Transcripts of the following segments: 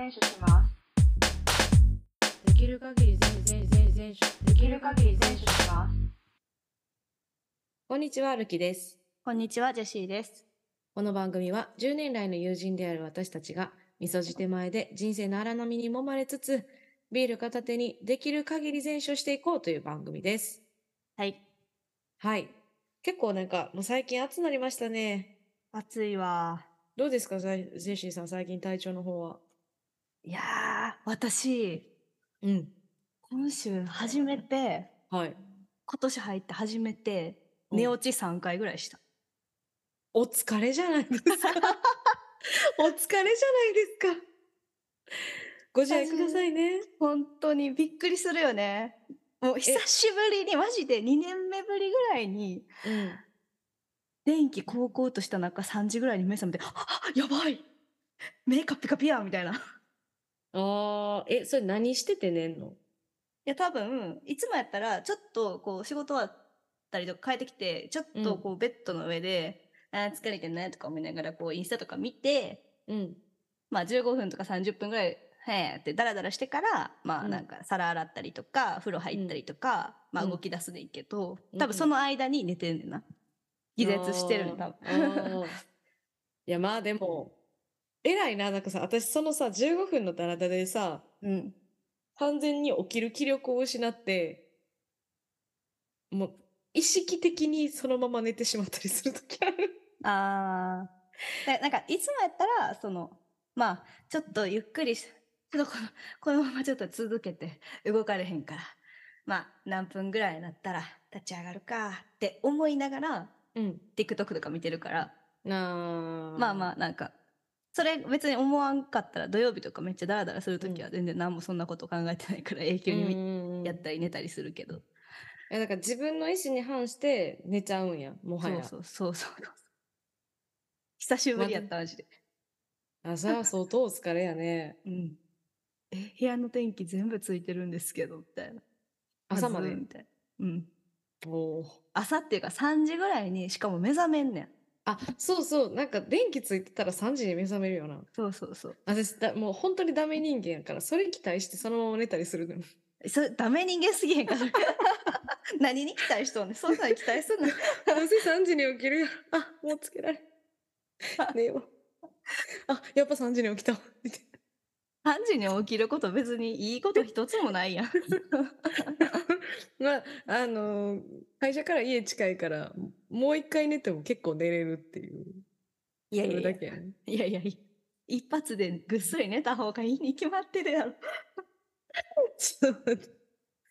前処します。 できる限り前処できる限り前処します。 こんにちは、るきです。 こんにちは、ジェシーです。 この番組は10年来の友人である私たちがみそじ手前で人生の荒波に揉まれつつビール片手にできる限り前処していこうという番組です。 はい。 はい。結構もう最近暑なりましたね。 暑いわ。 どうですか、ジェシーさん、最近体調の方は。 いやー、私、 うん。 今週初めて、 はい。 今年入って初めて、 うん寝落ち3回ぐらいした。 お疲れじゃないですか。お疲れじゃないですか。ご自愛くださいね。 本当にびっくりするよね。もう久しぶりに、マジで2年目ぶりぐらいに、 うん。 電気こうこうとした中3時ぐらいに目覚めて、やばい目カピカピやみたいな。いそれ何してて寝んの？ や、多分、いつもやったら、ちょっとこう仕事終わったりとか帰ってきて、ちょっとこうベッドの上で、疲れてんねとか思いながら、こうインスタとか見て、 うん。 まあ15分とか30分ぐらい、へーってダラダラしてから、まあなんか皿洗ったりとか、風呂入ったりとか、まあ動き出すでいいけど、多分その間に寝てんねんな。気絶してるねん、多分。 いや、まあでも、偉いな。さ、私そのさ、15分のダラダラでさ、 うん。 完全に起きる気力を失って、もう、意識的にそのまま寝てしまったりするときある。 なんかいつもやったら、まあ、ちょっとゆっくりちょっとこのままちょっと続けて動かれへんから、まあ、何分ぐらいになったら立ち上がるかって思いながら、 うん。 TikTok とか見てるから、 ままあまあ、なんか、それ別に思わんかったら土曜日とかめっちゃダラダラするときは全然何もそんなこと考えてないから永久にやったり寝たりするけど。 だから自分の意思に反して寝ちゃうんや、もはや。 そう。久しぶりやった、マジで。 さあ、相当お疲れやね。 うん。部屋の電気全部ついてるんですけど、みたいな。 朝までみたいな。うん。 お朝っていうか3時ぐらいにしかも目覚めんねん。 そうそう。電気ついてたら3時に目覚めるよな。 そう。 私もう本当にダメ人間やから、それ期待してそのまま寝たりするの。 それダメ人間すぎへんか、それ。何に期待しとんねん。そんなに期待すんな。 どうせ3時に起きるやろ。もうつけられ。寝よう。やっぱ3時に起きた。みたい 3時に起きること別にいいこと一つもないやん。 な。会社から家近いから、もう一回寝ても結構寝れるっていう。 いやそれだけやね。 いや、一発でぐっすり寝た方がいいに決まってるやろ。 ちょっと待って。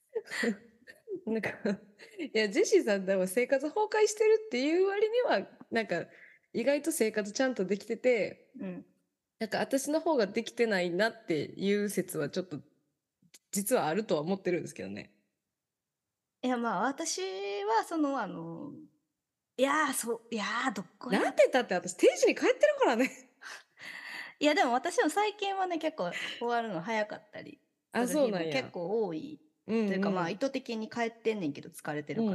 いや、ジェシーさん多分生活崩壊してるっていう割には、意外と生活ちゃんとできてて、 うん。 私の方ができてないなっていう説はちょっと実はあるとは思ってるんですけどね。 いや、まあ私はどこやなんて言ったって私定時に帰ってるからね。 いや、でも私も最近はね、結構終わるの早かったりするそうなんや。 日も結構多い。 というかまあ意図的に帰ってんねんけど疲れてるから。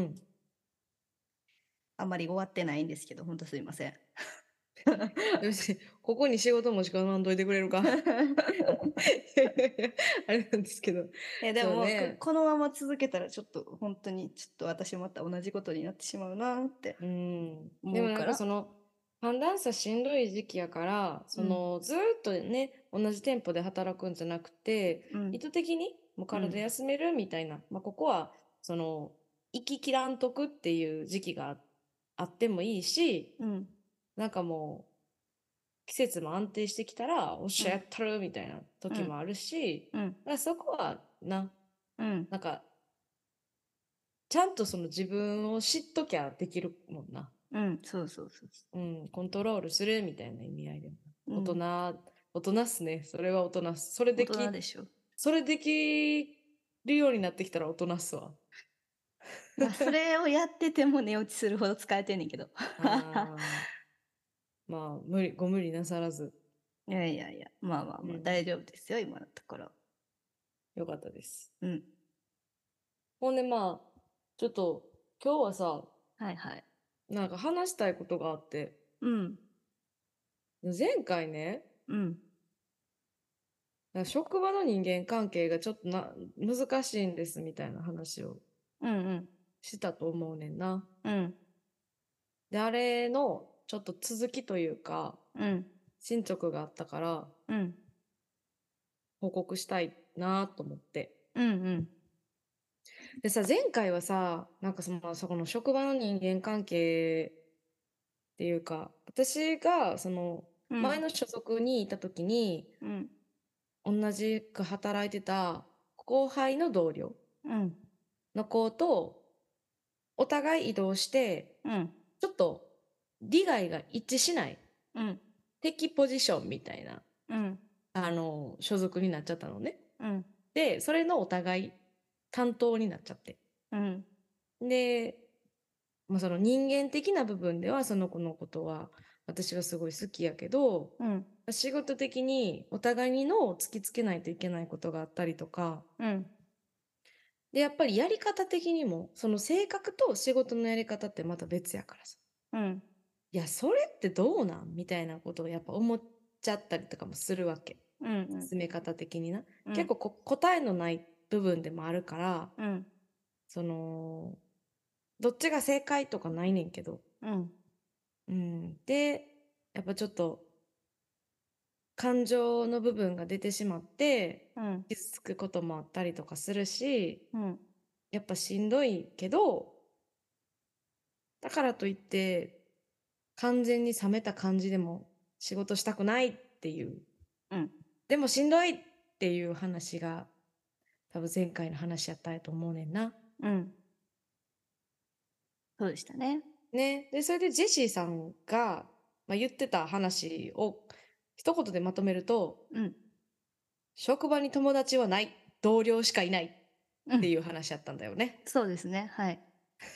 あんまり終わってないんですけど、ほんとすいません。 よし、ここに仕事もしかまんといてくれるか。あれなんですけど。 でも、 ね、 このまま続けたらちょっと本当にちょっと私また同じことになってしまうなってでも思うから。 寒暖差しんどい時期やから、ずっとね、同じテンポで働くんじゃなくて、意図的にもう体休めるみたいな、ここは、息切らんとくっていう時期があってもいいし、もう、季節も安定してきたら、おっしゃやったるみたいな時もあるし、そこはちゃんと自分を知っときゃできるもんな。 そう。 コントロールするみたいな意味合いでも。大人っすね。それは大人っす。 大人でしょ。 それできるようになってきたら大人っすわ。 まあ、それをやってても寝落ちするほど疲れてんねんけど。 まあ、ご無理なさらず。 いや、まあ、大丈夫ですよ、今のところ。 よかったです。 うん。 ほんでまあ、ちょっと、今日はさ、 はいはい。 話したいことがあって。 うん。 前回ね、 ら職場の人間関係がちょっと難しいんですみたいな話をうんしたと思うねんな。 うんで、あれのちょっと続きというか、 うん進捗があったからうん報告したいなと思って。 うんでさ、前回はさ、なんかそこの職場の人間関係っていうか、私がうん前の所属にいた時に、 うん同じく働いてた後輩の同僚うんの子とお互い移動して、 うんちょっと利害が一致しないうん敵ポジションみたいな、 うん所属になっちゃったのね。 うんで、それのお互い担当になっちゃって。 うんで、まあ、その人間的な部分ではその子のことは私はすごい好きやけど、 うん仕事的にお互いに脳を突きつけないといけないことがあったりとか、 うんで、やっぱりやり方的にも、その性格と仕事のやり方ってまた別やからさ。 うんいや、それってどうなんみたいなことをやっぱ思っちゃったりとかもするわけ。 うん進め方的にな。 うん結構答えのない部分でもあるから、 うんその、どっちが正解とかないねんけど。 うんうん。で、やっぱちょっと感情の部分が出てしまって、 うん傷つくこともあったりとかするし、 うんやっぱしんどいけど、だからといって、完全に冷めた感じでも仕事したくないっていう、 うんでもしんどいっていう話が、多分前回の話やったんやと思うねんな。 うんそうでしたね。 ね。で、それでジェシーさんが、言ってた話を一言でまとめると、 うん職場に友達はない、同僚しかいないうんっていう話やったんだよね。 そうですね。はい。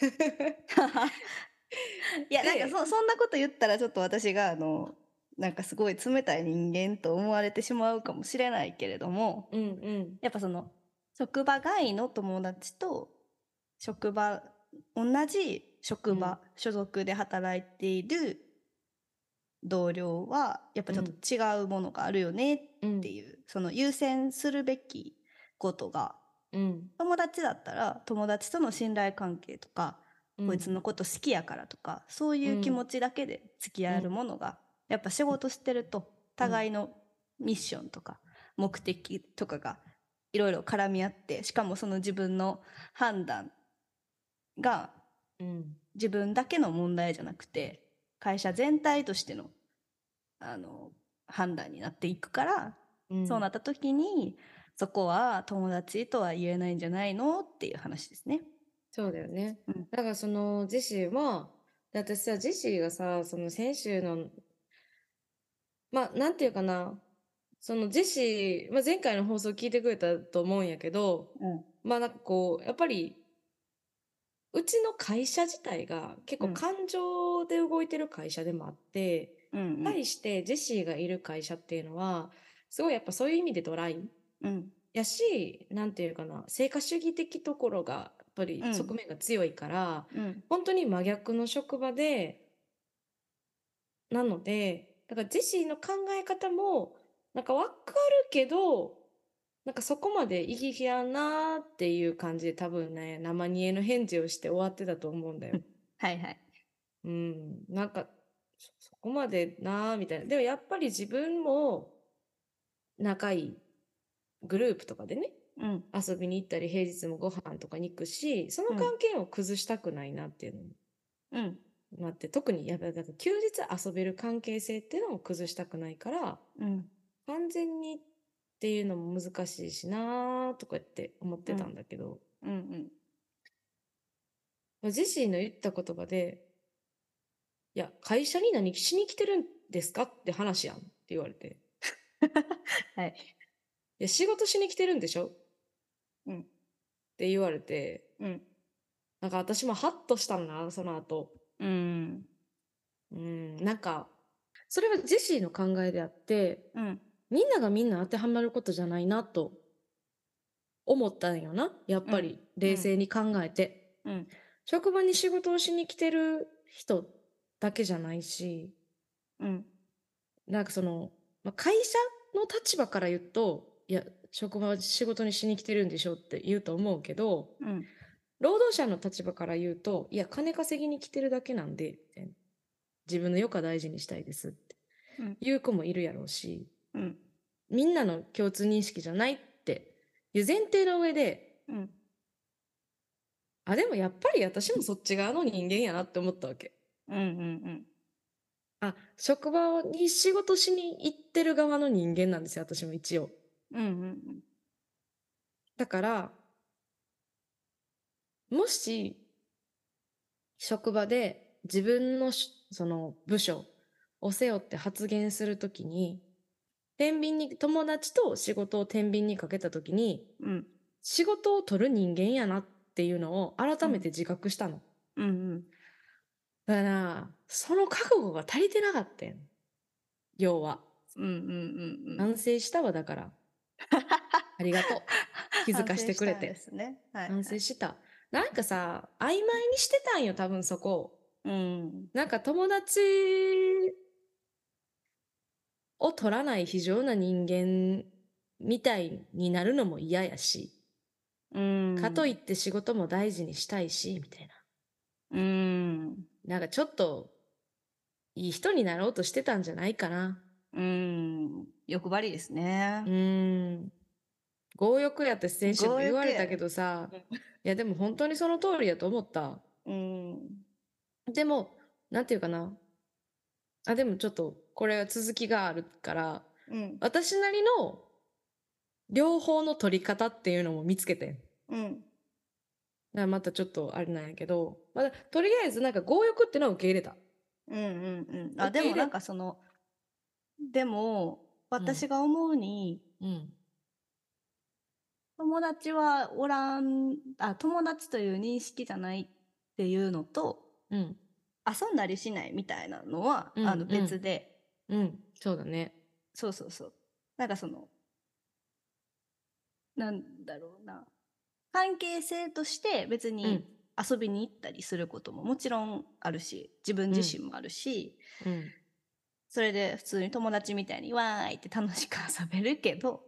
いや、なんかで、 そんなこと言ったらちょっと私がなんかすごい冷たい人間と思われてしまうかもしれないけれども、 うんうん。 やっぱ職場外の友達と同じ職場、所属で働いている同僚はやっぱちょっと違うものがあるよねっていう、その優先するべきことが、友達だったら友達との信頼関係とか、こいつのこと好きやからとか、そういう気持ちだけで付き合えるものが、やっぱ仕事してると互いのミッションとか目的とかがいろいろ絡み合って、しかもその自分の判断が自分だけの問題じゃなくて会社全体としての判断になっていくから、そうなった時にそこは友達とは言えないんじゃないのっていう話ですね。 そうだよね。だからジェシーは、私さ、ジェシーがさ、その先週の、なんていうかな、ジェシー、前回の放送聞いてくれたと思うんやけど、なんかこう、やっぱり、うちの会社自体が結構感情で動いてる会社でもあって、対してジェシーがいる会社っていうのは、すごいやっぱそういう意味でドライやし、なんていうかな、成果主義的ところが、やっぱり側面が強いから、本当に真逆の職場で、なので、だからジェシーの考え方も、なんかわかるけど、なんかそこまで意義やなーっていう感じで多分ね、生煮えの返事をして終わってたと思うんだよ。 はいはい。 なんか、そこまでなーみたいな。でもやっぱり自分も仲いいグループとかでね、遊びに行ったり平日もご飯とかに行くし、その関係を崩したくないなっていうのもなって、特にやっぱり休日遊べる関係性っていうのも崩したくないから、完全にっていうのも難しいしなーとかって思ってたんだけど、ジェシーの言った言葉で、いや、会社に何しに来てるんですかって話やんって言われて。 はい。 いや、仕事しに来てるんでしょって言われて、なんか私もハッとしたんだな、その後。なんか、それはジェシーの考えであって、みんながみんな当てはまることじゃないなと思ったんよな。やっぱり冷静に考えて。職場に仕事をしに来てる人だけじゃないし、なんか会社の立場から言うと、 いや、職場は仕事にしに来てるんでしょって言うと思うけど、 うん労働者の立場から言うと、いや、金稼ぎに来てるだけなんで、みたいな。自分の余暇大事にしたいですってうん言う子もいるやろうし、 うんみんなの共通認識じゃないっていう前提の上で、 うんあ、でもやっぱり私もそっち側の人間やなって思ったわけ。 うんうんあ、職場に仕事しに行ってる側の人間なんですよ、私も一応。 うんうんだから、もし、職場で自分のその部署を背負って発言するときに、友達と仕事を天秤にかけたときに、 うん仕事を取る人間やなっていうのを改めて自覚したの。 うんうんだから、その覚悟が足りてなかったよ。要は。 うんうんうん反省したわ、だから。ありがとう。気づかしてくれ反省したんでて。 すね。はい反はい。 省した。なんかさ、曖昧にしてたんよ、多分そこ。 うんなんか友達を取らない非常な人間みたいになるのも嫌やし、 うんかといって仕事も大事にしたいし、みたいうんな。なんかちょっといい人になろうとしてたんじゃないかな。 欲張りですね。 強欲やって先週も言われたけど強さ、 欲いやでも本当にその通りやと思った。でも、なんていうかな。あ、でもちょっとこれは続きがあるから、私なりの両方の取り方っていうのも見つけてん。だからまたちょっとあれなんやけど、まだとりあえずなんか強欲っていうのは受け入れた。 あ、でもなんかでも、私が思うに、友達はおらん、友達という認識じゃないっていうのと、遊んだりしないみたいなのは、別で。 そうだね。 そうそうそう。なんかなんだろうな。関係性として別に遊びに行ったりすることももちろんあるし、自分自身もあるし、それで普通に友達みたいにわーいって楽しく遊べるけど、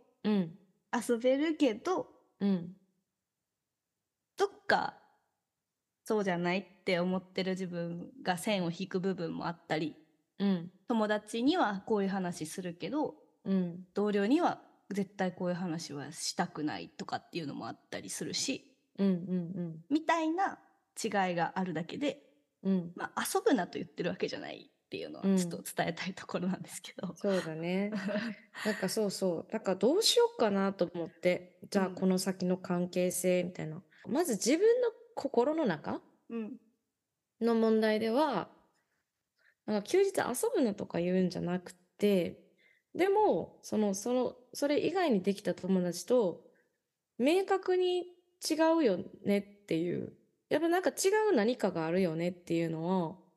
どっかそうじゃないって思ってる自分が線を引く部分もあったり、友達にはこういう話するけど、同僚には絶対こういう話はしたくないとかっていうのもあったりするし、みたいな違いがあるだけで、まあ遊ぶなと言ってるわけじゃないっていうのはちょっと伝えたいところなんですけど。 そうだね。なんかそうそう。だからどうしようかなと思って、じゃあこの先の関係性みたいな。まず自分の心の中の問題では、なんか休日遊ぶのとか言うんじゃなくて、でも、それ以外にできた友達と、明確に違うよねっていう、やっぱなんか違う何かがあるよねっていうのを、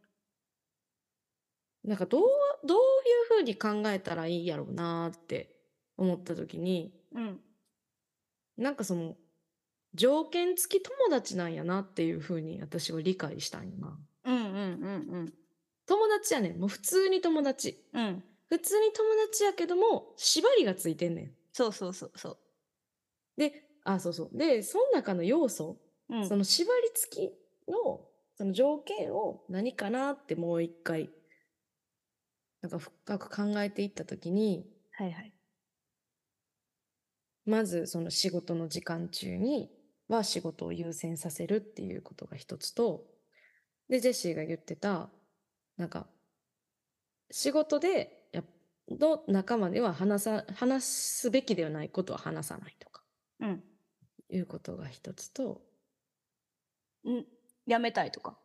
なんかどういうふうに考えたらいいやろうなって思った時に、なんか条件付き友達なんやなっていうふうに私は理解したんよな。友達やねん。もう普通に友達。普通に友達やけども、縛りがついてんねん。 そうそうそうそう。 で、そうそう。で、その中の要素、その縛り付きの、その条件を何かなってもう一回、なんか深く考えていったときに、まずその仕事の時間中には仕事を優先させるっていうことが一つと、で、ジェシーが言ってた、なんか、仕事で、の仲間では話すべきではないことは話さないとか、いうことが一つと、 やめたいとか。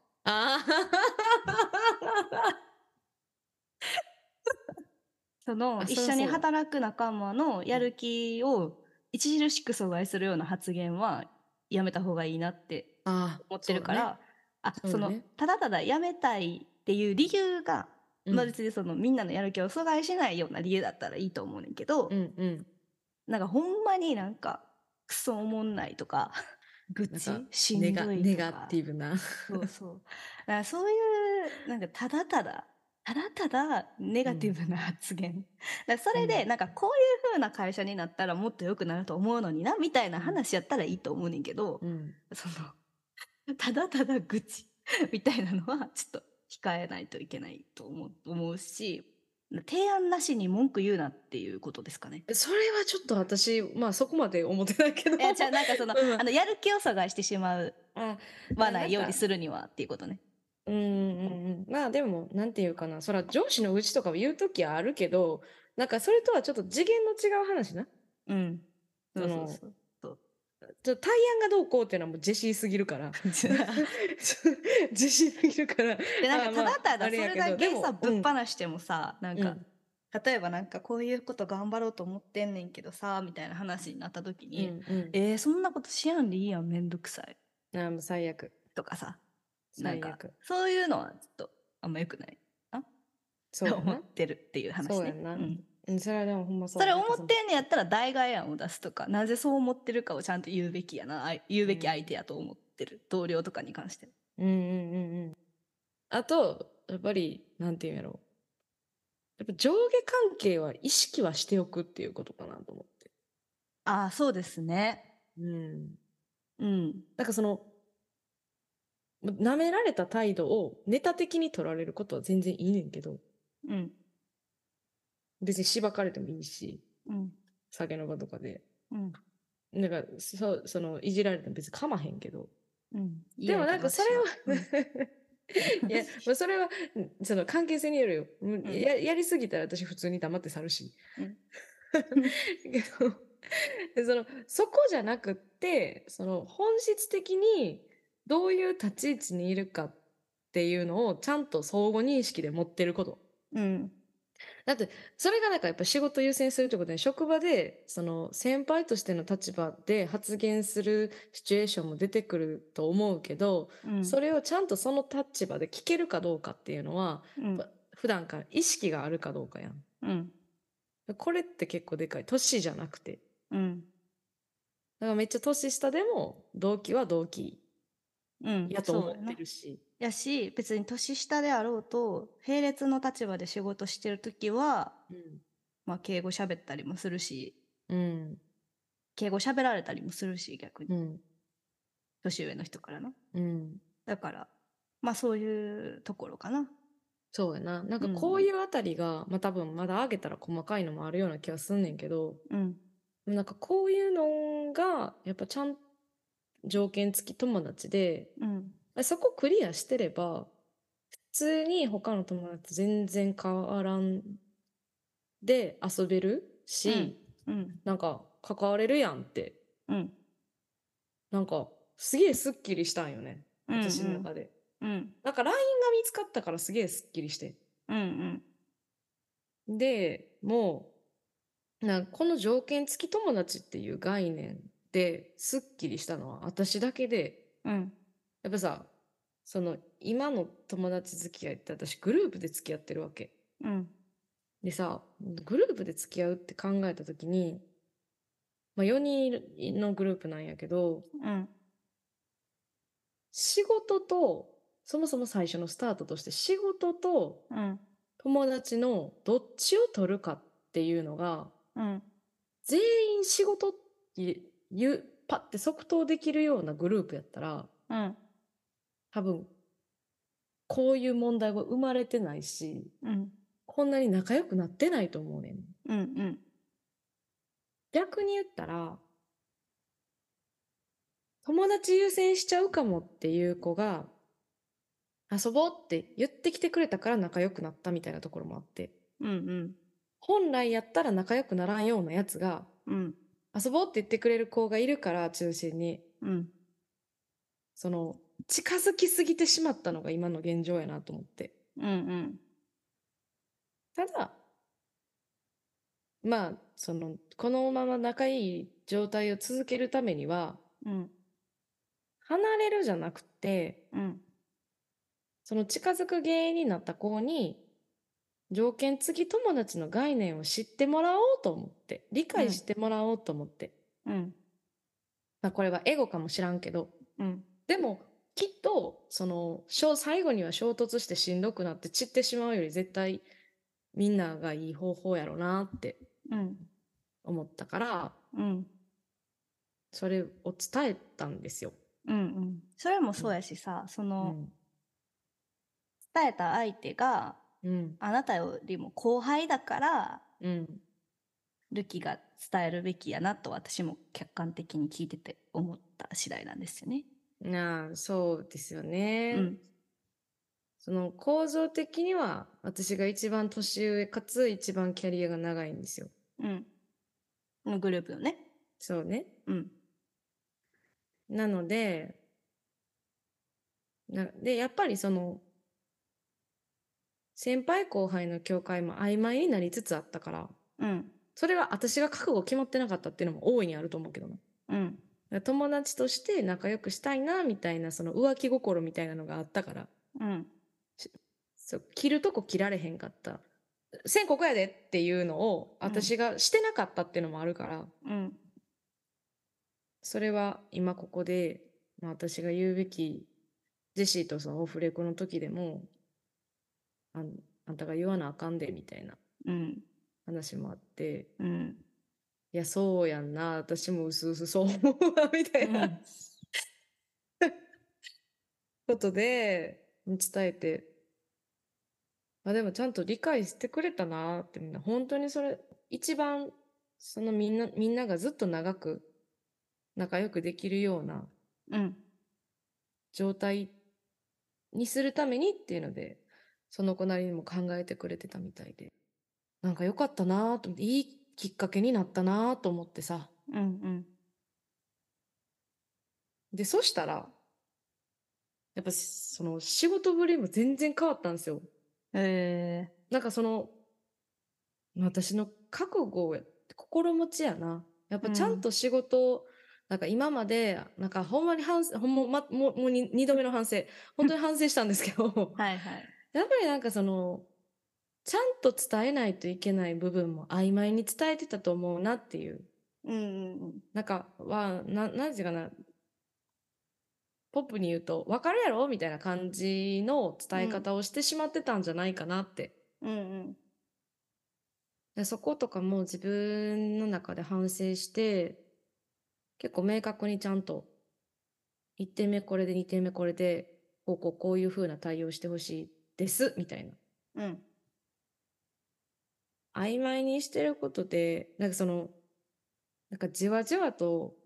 一緒に働く仲間のやる気を著しく阻害するような発言はやめた方がいいなって思ってるから、ただただやめたいっていう理由が、別にみんなのやる気を阻害しないような理由だったらいいと思うねんけど、なんかほんまになんかクソおもんないとか愚痴しんどいとかネガティブなそうそういうなんかただただただただネガティブな発言。だからそれで、 うんなんかこういう風な会社になったらもっと良くなると思うのにな、みたいなうん話やったらいいと思うねんけど、 うんその、ただただ愚痴みたいなのはちょっと控えないといけないと思うし、提案なしに文句言うなっていうことですかね。 それはちょっと私、まあそこまで思ってないけど。 じゃあなんかその、 うんやる気を探してしまうあ、 わないようになんか、 するにはっていうことね。 まあでも、なんていうかな、そら上司の愚痴とかを言うときはあるけど、なんかそれとはちょっと次元の違う話な。 うん。そそうの、 そうそう。 対案がどうこうっていうのはもうジェシーすぎるから。ジェシーすぎるから、 で、なんかたまあ、 だただそあれやけど、でれだけさ、 も、 ぶっ放してもさ、なんか、 うん、 例えばなんかこういうこと頑張ろうと思ってんねんけどさ、みたいな話になった時うに、 ん、 そんなことしやんでいいやん、めんどくさい。 もう最悪。 とかさ、なんか、 最悪。 そういうのはちょっとあんま良くないなって思っそうやな。 てるっていう話ね。 そうやんな。 うん。 それはでもほんまそう。 それ思なんかそのってんねやったら代替案を出すとか、なぜそう思ってるかをちゃんと言うべきやな、言うべき相手やと思ってる。同僚とかに関して。 あと、やっぱり、なんていうんやろ。やっぱ上下関係は意識はしておくっていうことかなと思って。 ああ、そうですね。 うん。 うん。 なんかその、舐められた態度をネタ的に取られることは全然いいねんけど、 うん。 別にしばかれてもいいし、 うん。 酒の場とかで。 うん。 なんか、その、いじられても別にかまへんけど。 うん。 でもなんかそれは、いや、 うんそれは、その関係性によるよ。 んやりすぎたら私普通に黙って去るし。 うんけど、そこじゃなくって、その本質的にどういう立ち位置にいるかっていうのをちゃんと相互認識で持ってること。 うん。 だって、それがなんかやっぱ仕事優先するってことで、職場で、その先輩としての立場で発言するシチュエーションも出てくると思うけど、 うん。 それをちゃんとその立場で聞けるかどうかっていうのは、 うん。 普段から意識があるかどうかやん。 うん。 これって結構でかい。年じゃなくて。 うん。 だからめっちゃ年下でも同期は同期うん。 やと思っそうやな。 てるし。 やし、別に年下であろうと、並列の立場で仕事してるときは、まあ、敬語喋ったりもするし、 うん。 敬語喋られたりもするし、逆に。 うん。 年上の人からな。 うん。 だから、まあ、そういうところかな。 そうやな。なんかこういうあたりが、まあ多分まだ上げたら細かいのもあるような気はすんねんけど、 うん。 なんかこういうのが、やっぱちゃん条件付き友達で、 うん。 そこクリアしてれば、普通に他の友達と全然変わらんで遊べるし、 うん。 なんか関われるやんって、 うん。 なんかすげえスッキリしたんよね。 うん。 私の中で。 うん。 なんか LINE が見つかったからすげえスッキリして。 うん。 で、もう、この条件付き友達っていう概念ですっきりしたのは私だけで、 うん。 やっぱさ、その今の友達付き合いって私グループで付き合ってるわけ。 うん。 でさ、グループで付き合うって考えた時に、まあ4人のグループなんやけど、 うん。 仕事と、そもそも最初のスタートとして仕事とうん。 友達のどっちを取るかっていうのが、 うん。 全員仕事ってパッて即答できるようなグループやったら、 うん。 多分、こういう問題は生まれてないし、 うん。 こんなに仲良くなってないと思うねん。 うん。 逆に言ったら、友達優先しちゃうかもっていう子が、遊ぼうって言ってきてくれたから仲良くなったみたいなところもあって、 うん。 本来やったら仲良くならんようなやつが、 うん。 遊ぼうって言ってくれる子がいるから中心に、 うん。 その、近づきすぎてしまったのが今の現状やなと思って。 うん。 ただ、まあ、このまま仲いい状態を続けるためには、 うん。 離れるじゃなくて、 うん。 その近づく原因になった子に、条件付き友達の概念を知ってもらおうと思って、理解してもらおうと思って。 うん。 まあこれはエゴかもしらんけど、 うん。 でもきっと最後には衝突してしんどくなって散ってしまうより絶対みんながいい方法やろなってうん思ったから、 うんそれを伝えたんですよ。 うんうん。それもそうやしさ、そのうん伝えた相手がうんあなたよりも後輩だからうんルキが伝えるべきやなと私も客観的に聞いてて思った次第なんですよね。 そうですよね。 うんその構造的には私が一番年上かつ一番キャリアが長いんですよ。 うんのグループよね。 そうね。 うんなので、やっぱり先輩後輩の境界も曖昧になりつつあったから、 うんそれは私が覚悟決まってなかったっていうのも大いにあると思うけどな。 うん友達として仲良くしたいなみたいなその浮気心みたいなのがあったから、 うん切るとこ切られへんかった。線ここやでっていうのを私がしてなかったっていうのもあるから、 うんそれは今ここで、私が言うべきジェシーとそのオフレコの時でもあんたが言わなあかんでみたいなうん話もあって、 うんいやそうやんな、私もうすうすそう思うわみたいなことで伝えて、でもちゃんと理解してくれたなって、みんな本当にそれ一番みんながずっと長く仲良くできるようなうん状態にするためにっていうので、その子なりにも考えてくれてたみたいで、なんか良かったなと思って、いいきっかけになったなと思ってさ。 うんうんで、そしたら、やっぱその仕事ぶりも全然変わったんですよ。 えなんか私の覚悟や、心持ちやな。やっぱちゃんと仕事、なんか今まで、なんかほんまにもう二度目の反省。本当に反省したんですけど、 はいはいやっぱりなんかちゃんと伝えないといけない部分も曖昧に伝えてたと思うなっていう。 うんうんなんかなんていうかな、ポップに言うと、わかるやろみたいな感じの伝え方をしてしまってたんじゃないかなって。 うんうんでそことかも自分の中で反省して、結構明確にちゃんと、1点目これで2点目これで、こういう風な対応してほしいです、みたいな。 うん曖昧にしてることで、なんかなんかじわじわと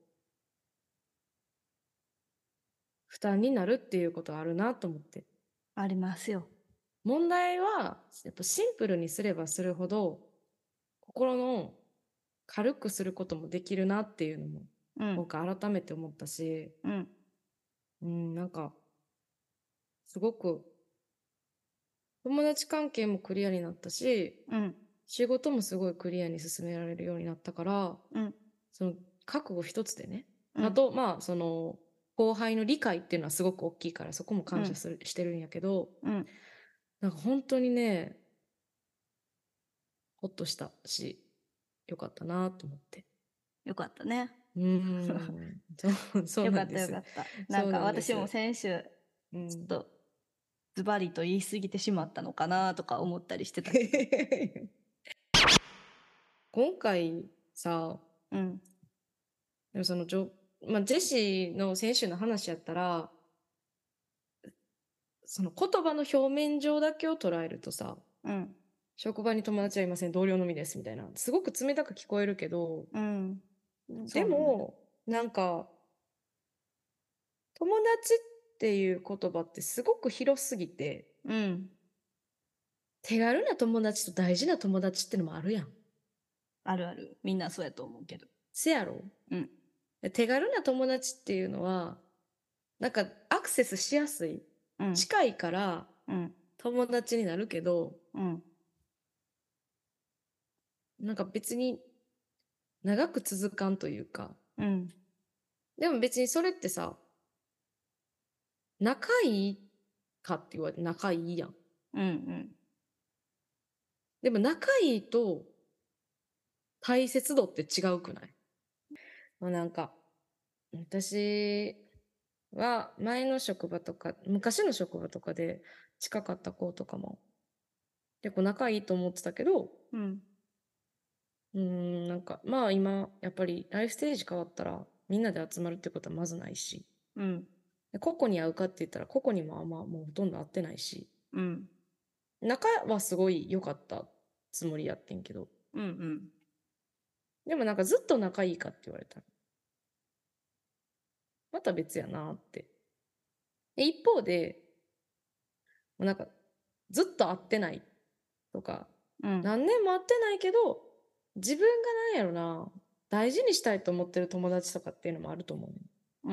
負担になるっていうことあるなと思って。 ありますよ。 問題は、やっぱシンプルにすればするほど、心の軽くすることもできるなっていうのも、 うん今回改めて思ったし、 うんなんか、すごく、友達関係もクリアになったし、 うん仕事もすごいクリアに進められるようになったから、 うんその覚悟一つでね、 うんあと、後輩の理解っていうのはすごく大きいから、そこも感謝してるんやけど、 うんなんか本当にね、ほっとしたし、よかったなと思って。 よかったね。 そうよかっなんです。 たよかった。なそうんかなんです。 私も先週うんちょっとズバリと言い過ぎてしまったのかなとか思ったりしてた。 今回さ、 うんでもジェシーの選手の話やったら、その言葉の表面上だけを捉えるとさ、 うん職場に友達はいません、同僚のみですみたいな、すごく冷たく聞こえるけど、 うんでも、なんか、友達っていう言葉ってすごく広すぎて、 うん手軽な友達と大事な友達ってのもあるやん。 あるある。みんなそうやと思うけど。 せやろ？ うん手軽な友達っていうのは、なんかアクセスしやすい。 うん近いからうん友達になるけど、 うんなんか別に長く続かんというか。 うんでも別にそれってさ、仲いいかって言われて仲いいやん。 うんでも仲いいと大切度って違うくない？なんか、私、 は前の職場とか、昔の職場とかで近かった子とかも結構仲いいと思ってたけど、 うん。 なんかまあ今やっぱりライフステージ変わったらみんなで集まるってことはまずないし、 うん。 で個々に会うかって言ったら個々にもあんまもうほとんど会ってないし、 うん。 仲はすごい良かったつもりやってんけど、 うん。うん。 でもなんかずっと仲いいかって言われたら、また別やなって。で一方で、なんかずっと会ってないとか、 うん。 何年も会ってないけど、自分が何やろな、大事にしたいと思ってる友達とかっていうのもあると思うね。 うん。うん。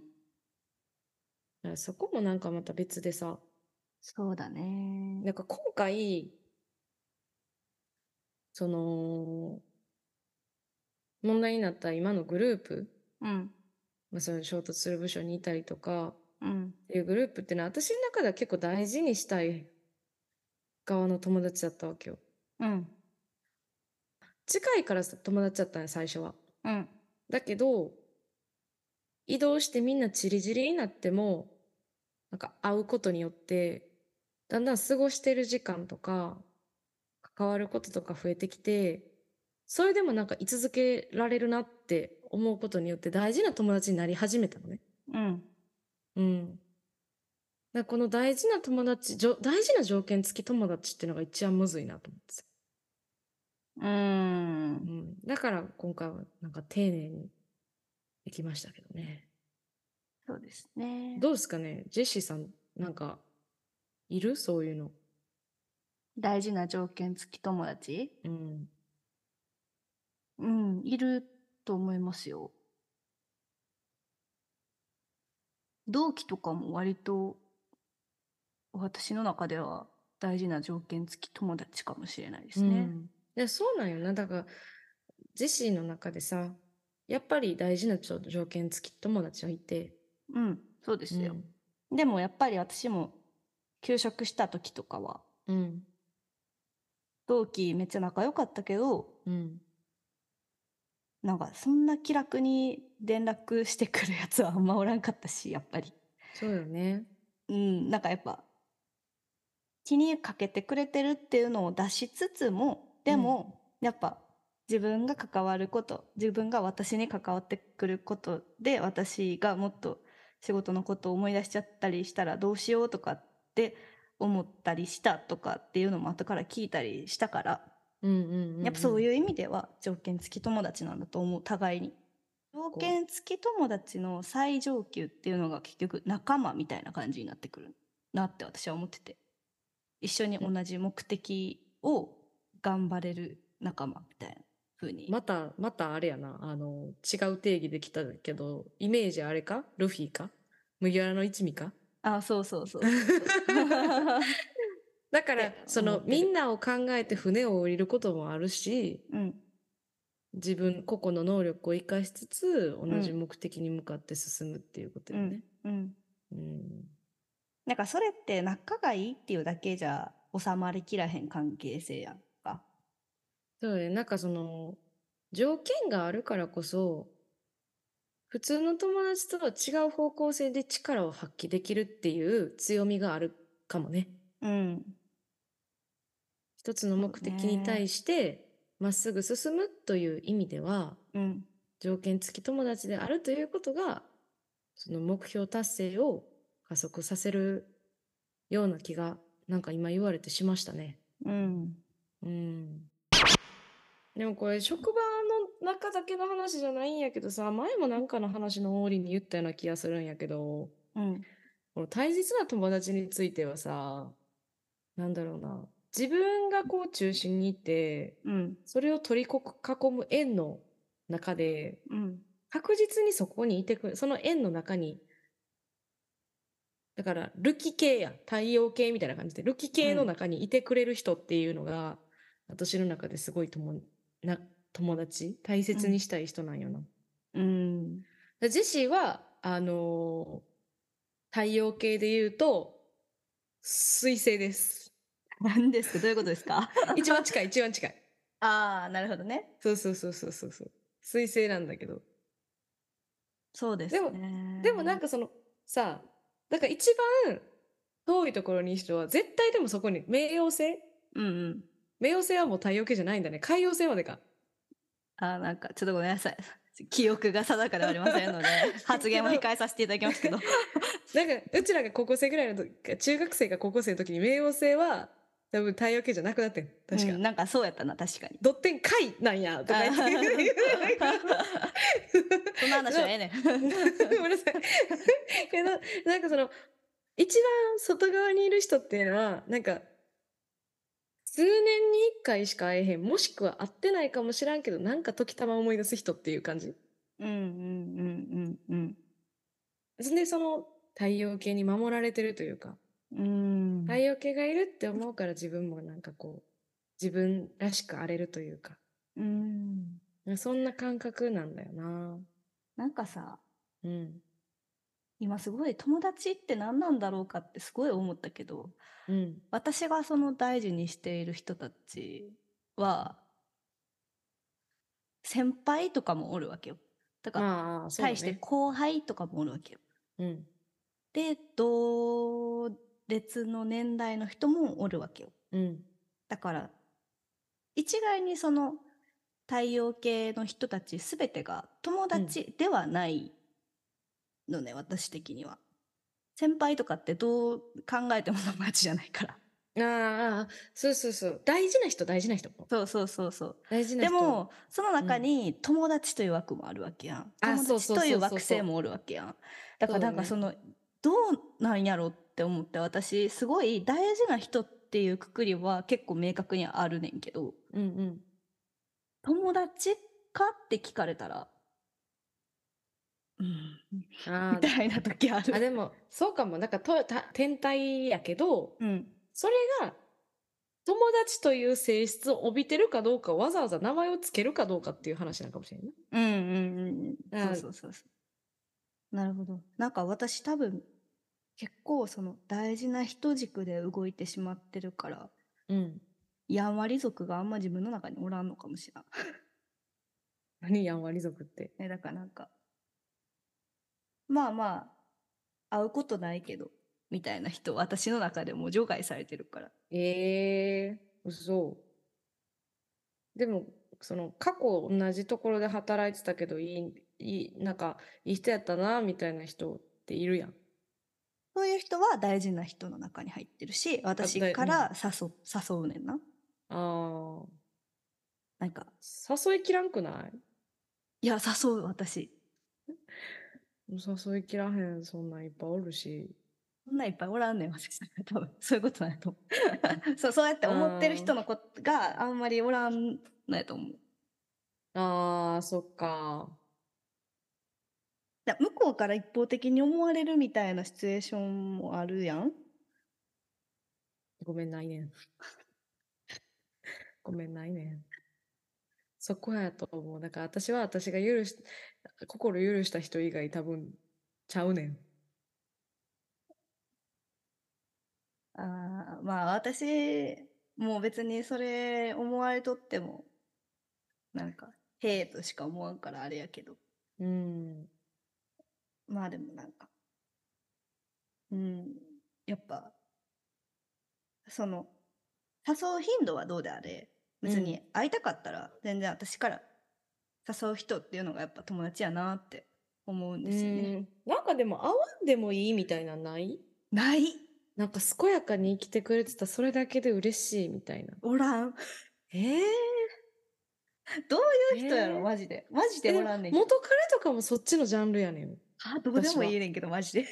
だからそこもなんかまた別でさ、 そうだね。 なんか今回、その、問題になった今のグループ、 うん。 まあ、そういう衝突する部署にいたりとか、 うん。 っていうグループっていうのは私の中では結構大事にしたい側の友達だったわけよ。 うん。 近いから友達だったね、最初は。 うん。 だけど、移動してみんなチリチリになっても、なんか会うことによって、だんだん過ごしてる時間とか、関わることとか増えてきて、それでもなんか居続けられるなって思うことによって大事な友達になり始めたのね。 うん。 うん。だからこの大事な友達、大事な条件付き友達っていうのが一番むずいなと思ってさ。 うーん。 だから今回はなんか丁寧にできましたけどね。 そうですね。 どうですかね、ジェシーさん、なんか、いるそういうの。 大事な条件付き友達？ うん。 うん、いると思いますよ。同期とかも割と私の中では大事な条件付き友達かもしれないですね。 いや、そうなんよな。だから、ジェシーの中でさ、やっぱり大事な条件付き友達がいて、 うん、そうですよ。でもやっぱり私も休職した時とかは、同期めっちゃ仲良かったけど、なんかそんな気楽に連絡してくるやつはあんまおらんかったし、やっぱり。 そうよね。 なんかやっぱ気にかけてくれてるっていうのを出しつつも、でも、やっぱ自分が関わること、自分が私に関わってくることで、私がもっと仕事のことを思い出しちゃったりしたらどうしようとかって思ったりしたとかっていうのも後から聞いたりしたから、やっぱそういう意味では条件付き友達なんだと思う、互いに。条件付き友達の最上級っていうのが結局仲間みたいな感じになってくるなって私は思ってて。一緒に同じ目的を頑張れる仲間みたいな風に。 またあれやな。違う定義できたけど、イメージあれかルフィか麦わらの一味か。 あ、そうそうそう。 だから、みんなを考えて船を降りることもあるし、自分個々の能力を生かしつつ同じ目的に向かって進むっていうことよね。 なんかそれって仲がいいっていうだけじゃ収まりきらへん関係性やんか。 そうね、なんか条件があるからこそ普通の友達とは違う方向性で力を発揮できるっていう強みがあるかもね。一つの目的に対してまっすぐ進むという意味では、条件付き友達であるということがその目標達成を加速させるような気がなんか今言われてしましたね。でもこれ職場の中だけの話じゃないんやけどさ、前もなんかの話の折に言ったような気がするんやけど、この大切な友達についてはさ、なんだろうな、自分がこう中心にいて、それを取り囲む円の中で、確実にそこにいてくる、その円の中に、だからルキ系や太陽系みたいな感じでルキ系の中にいてくれる人っていうのが、私の中ですごい友達大切にしたい人なんよな。ジェシーは太陽系で言うと水星です。 何ですか？どういうことですか？ 一番近い。 ああ、なるほどね。 そう。水星なんだけど。 そうですね。 でもなんかさ、だから一番遠いところにいる人は絶対でもそこに冥王星うんうん。 冥王星はもう太陽系じゃないんだね。海王星までか。 なんかちょっとごめんなさい。記憶が定かではありませんので、発言を控えさせていただきますけど。 なんかうちらが高校生ぐらいの時、中学生か高校生の時に冥王星は多分太陽系じゃなくなってん。確か。 なんかそうやったな、確かに。 ドッテン海なんやとか言って。 そんな話はええねん。 ごめんなさい。けど、なんかその、一番外側にいる人っていうのは、なんか、数年に一回しか会えへん、もしくは会ってないかもしらんけど、なんか時たま思い出す人っていう感じ。 うんうんうんうんで、その太陽系に守られてるというか、 うん。 太陽系がいるって思うから自分もなんかこう、自分らしく荒れるというか、そんな感覚なんだよな。 なんかさ、 うん。 今すごい友達って何なんだろうかってすごい思ったけど、 うん。 私がその大事にしている人たちは、先輩とかもおるわけよ。だから、 まあ、そうだ対してね。 後輩とかもおるわけよ。 うん。 で、同列の年代の人もおるわけよ。 うん。 だから、一概にその太陽系の人たち全てが友達ではないのね、私的には。先輩とかってどう考えても友達じゃないから。 ああ、そうそうそう。大事な人、大事な人。 そうそうそうそう。 大事な人。 でも、その中に友達という枠もあるわけやん。友そうそう達というそうそうそう。 惑星もおるわけやん。だからなんかそうだね。 どうなんやろって思って、私、すごい大事な人っていうくくりは結構明確にあるねんけど、 うんうん。 友達かって聞かれたら、みあたいな時ある。 でも、そうかも。なんか天体やけど、 うん。 それが友達という性質を帯びてるかどうか、わざわざ名前をつけるかどうかっていう話なのかもしれないうんうんうんうん。 な。 そうそうそう。なるほど。なんか私多分結構その大事な人軸で動いてしまってるから、 うん。 やんわり族があんま自分の中におらんのかもしれん。 何やんわり族って。 だからなんか、まあまあ、会うことないけど、みたいな人、私の中でも除外されてるから。 嘘。でも、その、過去同じところで働いてたけど、なんか、いい人やったな、みたいな人っているやん。 そういう人は大事な人の中に入ってるし、私から誘うねんな。 ああ。 なんか、 誘いきらんくない？ いや、誘う、私。 誘いきらへん、そんなんいっぱいおるし。 そんなんいっぱいおらんねん、私。多分、そういうことないと思う。そうやって思ってる人のことがあんまりおらんのやと思う。 そっか。 向こうから一方的に思われるみたいなシチュエーションもあるやん。 ごめんないねん。ごめんないねん。そこやと思う。だから私は私が心許した人以外多分ちゃうねん。 まあ私、もう別にそれ思われとっても、なんか、へえとしか思わんからあれやけど。 うん。 まあでもなんか、やっぱ、誘う頻度はどうであれ、別に会いたかったら全然私から誘う人っていうのがやっぱ友達やなって思うんですよね。 なんかでも会わんでもいいみたいなのない？ ない。 なんか健やかに生きてくれてたそれだけで嬉しいみたいな。 おらん。 えどういう人やろ、マジで。マジでおらんねんけど。 元彼とかもそっちのジャンルやねん。 どうでもいいねんけど、マジで。 嘘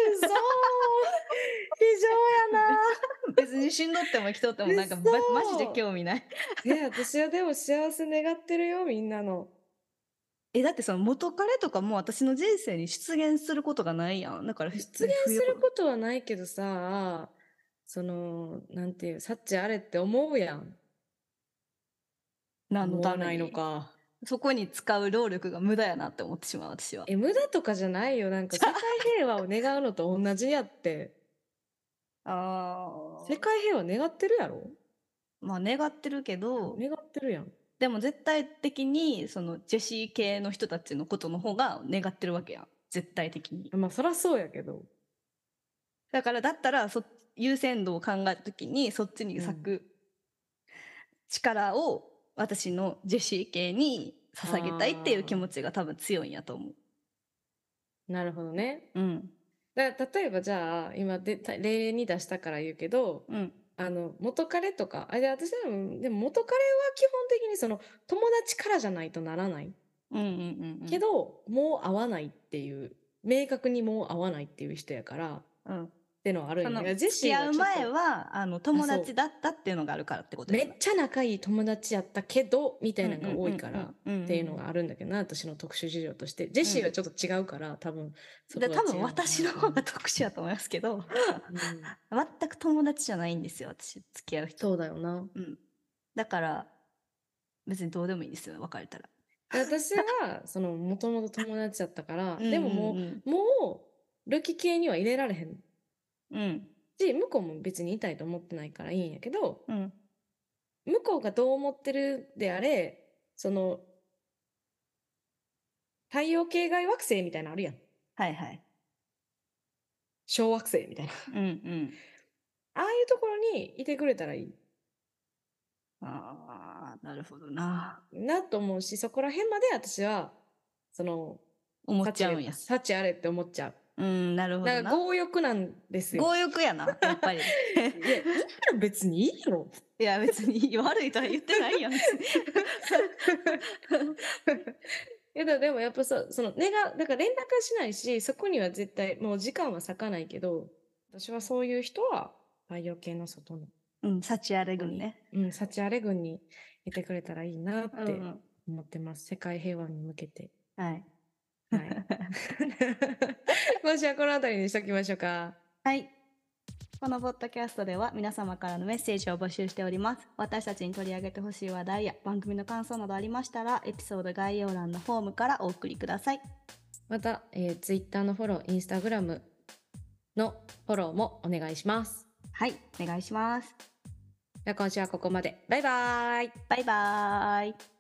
非常やな。 別に死んどっても生きとってもなんかマジで興味ない。 私はでも幸せ願ってるよ、みんなの。 だってその元彼とかも私の人生に出現することがないやん。だから出現することはないけどさ、なんていう、幸あれって思うやん。 何のため思わないのに。 か。 そこに使う労力が無駄やなって思ってしまう、私は。 無駄とかじゃないよ。なんか世界平和を願うのと同じやって。世界平和願ってるやろ？ まあ願ってるけど、 願ってるやん。 でも絶対的にそのジェシー系の人たちのことの方が願ってるわけやん。 絶対的に。 まあそらそうやけど。 だったら優先度を考えた時にそっちに割く力を私のジェシー系に捧げたいっていう気持ちが多分強いんやと思う。 なるほどね。 うん例えばじゃあ今例に出したから言うけど、 うん元彼とか私でも元彼は基本的にその友達からじゃないとならないうんうんうんけど、もう会わないっていう明確にもう会わないっていう人やからうんってのはあるんや。 付き合う前は友達だったっていうのがあるからってことですめっちゃ仲いい友達やったけどみたいなのが多いからっうんていうのがあるんだけどな、私の特殊事情としてジェシーはちょっと違うから、多分そこは違う多分私の方が特殊やと思いますけど全く友達じゃないんですよ、私付き合う人。 そうだよな。 だから別にどうでもいいですよ、別れたら。 私はそのもともと友達だったからでももうルキ系には入れられへんし、向こうも別にいたいと思ってないからいいんやけど、向こうがどう思ってるであれ、その太陽系外惑星みたいなのあるやん。 はいはい。 小惑星みたいな。ああいうところにいてくれたらいい。 ああ、なるほどな。 なと思うし、そこら辺まで私はその思っちゃうんや。 幸あれって思っちゃう。 なるほどな。 なんか強欲なんですよ。 強欲やな、やっぱり。いや、別にいいよ。 いや、別に悪いとは言ってないやん。 でもやっぱさ、だから連絡はしないし、そこには絶対もう時間は割かないけど、私はそういう人は太陽系の外の幸あれ軍ね。 幸あれ軍にいてくれたらいいなって思ってます。世界平和に向けて。 はい。 今週はこの辺りにしときましょうか。 はい。このポッドキャストでは皆様からのメッセージを募集しております。私たちに取り上げてほしい話題や番組の感想などありましたら、エピソード概要欄のフォームからお送りください。 また、Twitter のフォロー、Instagram のフォローもお願いします。 はい、お願いします。 今週はここまで。バイバーイ。 バイバーイ。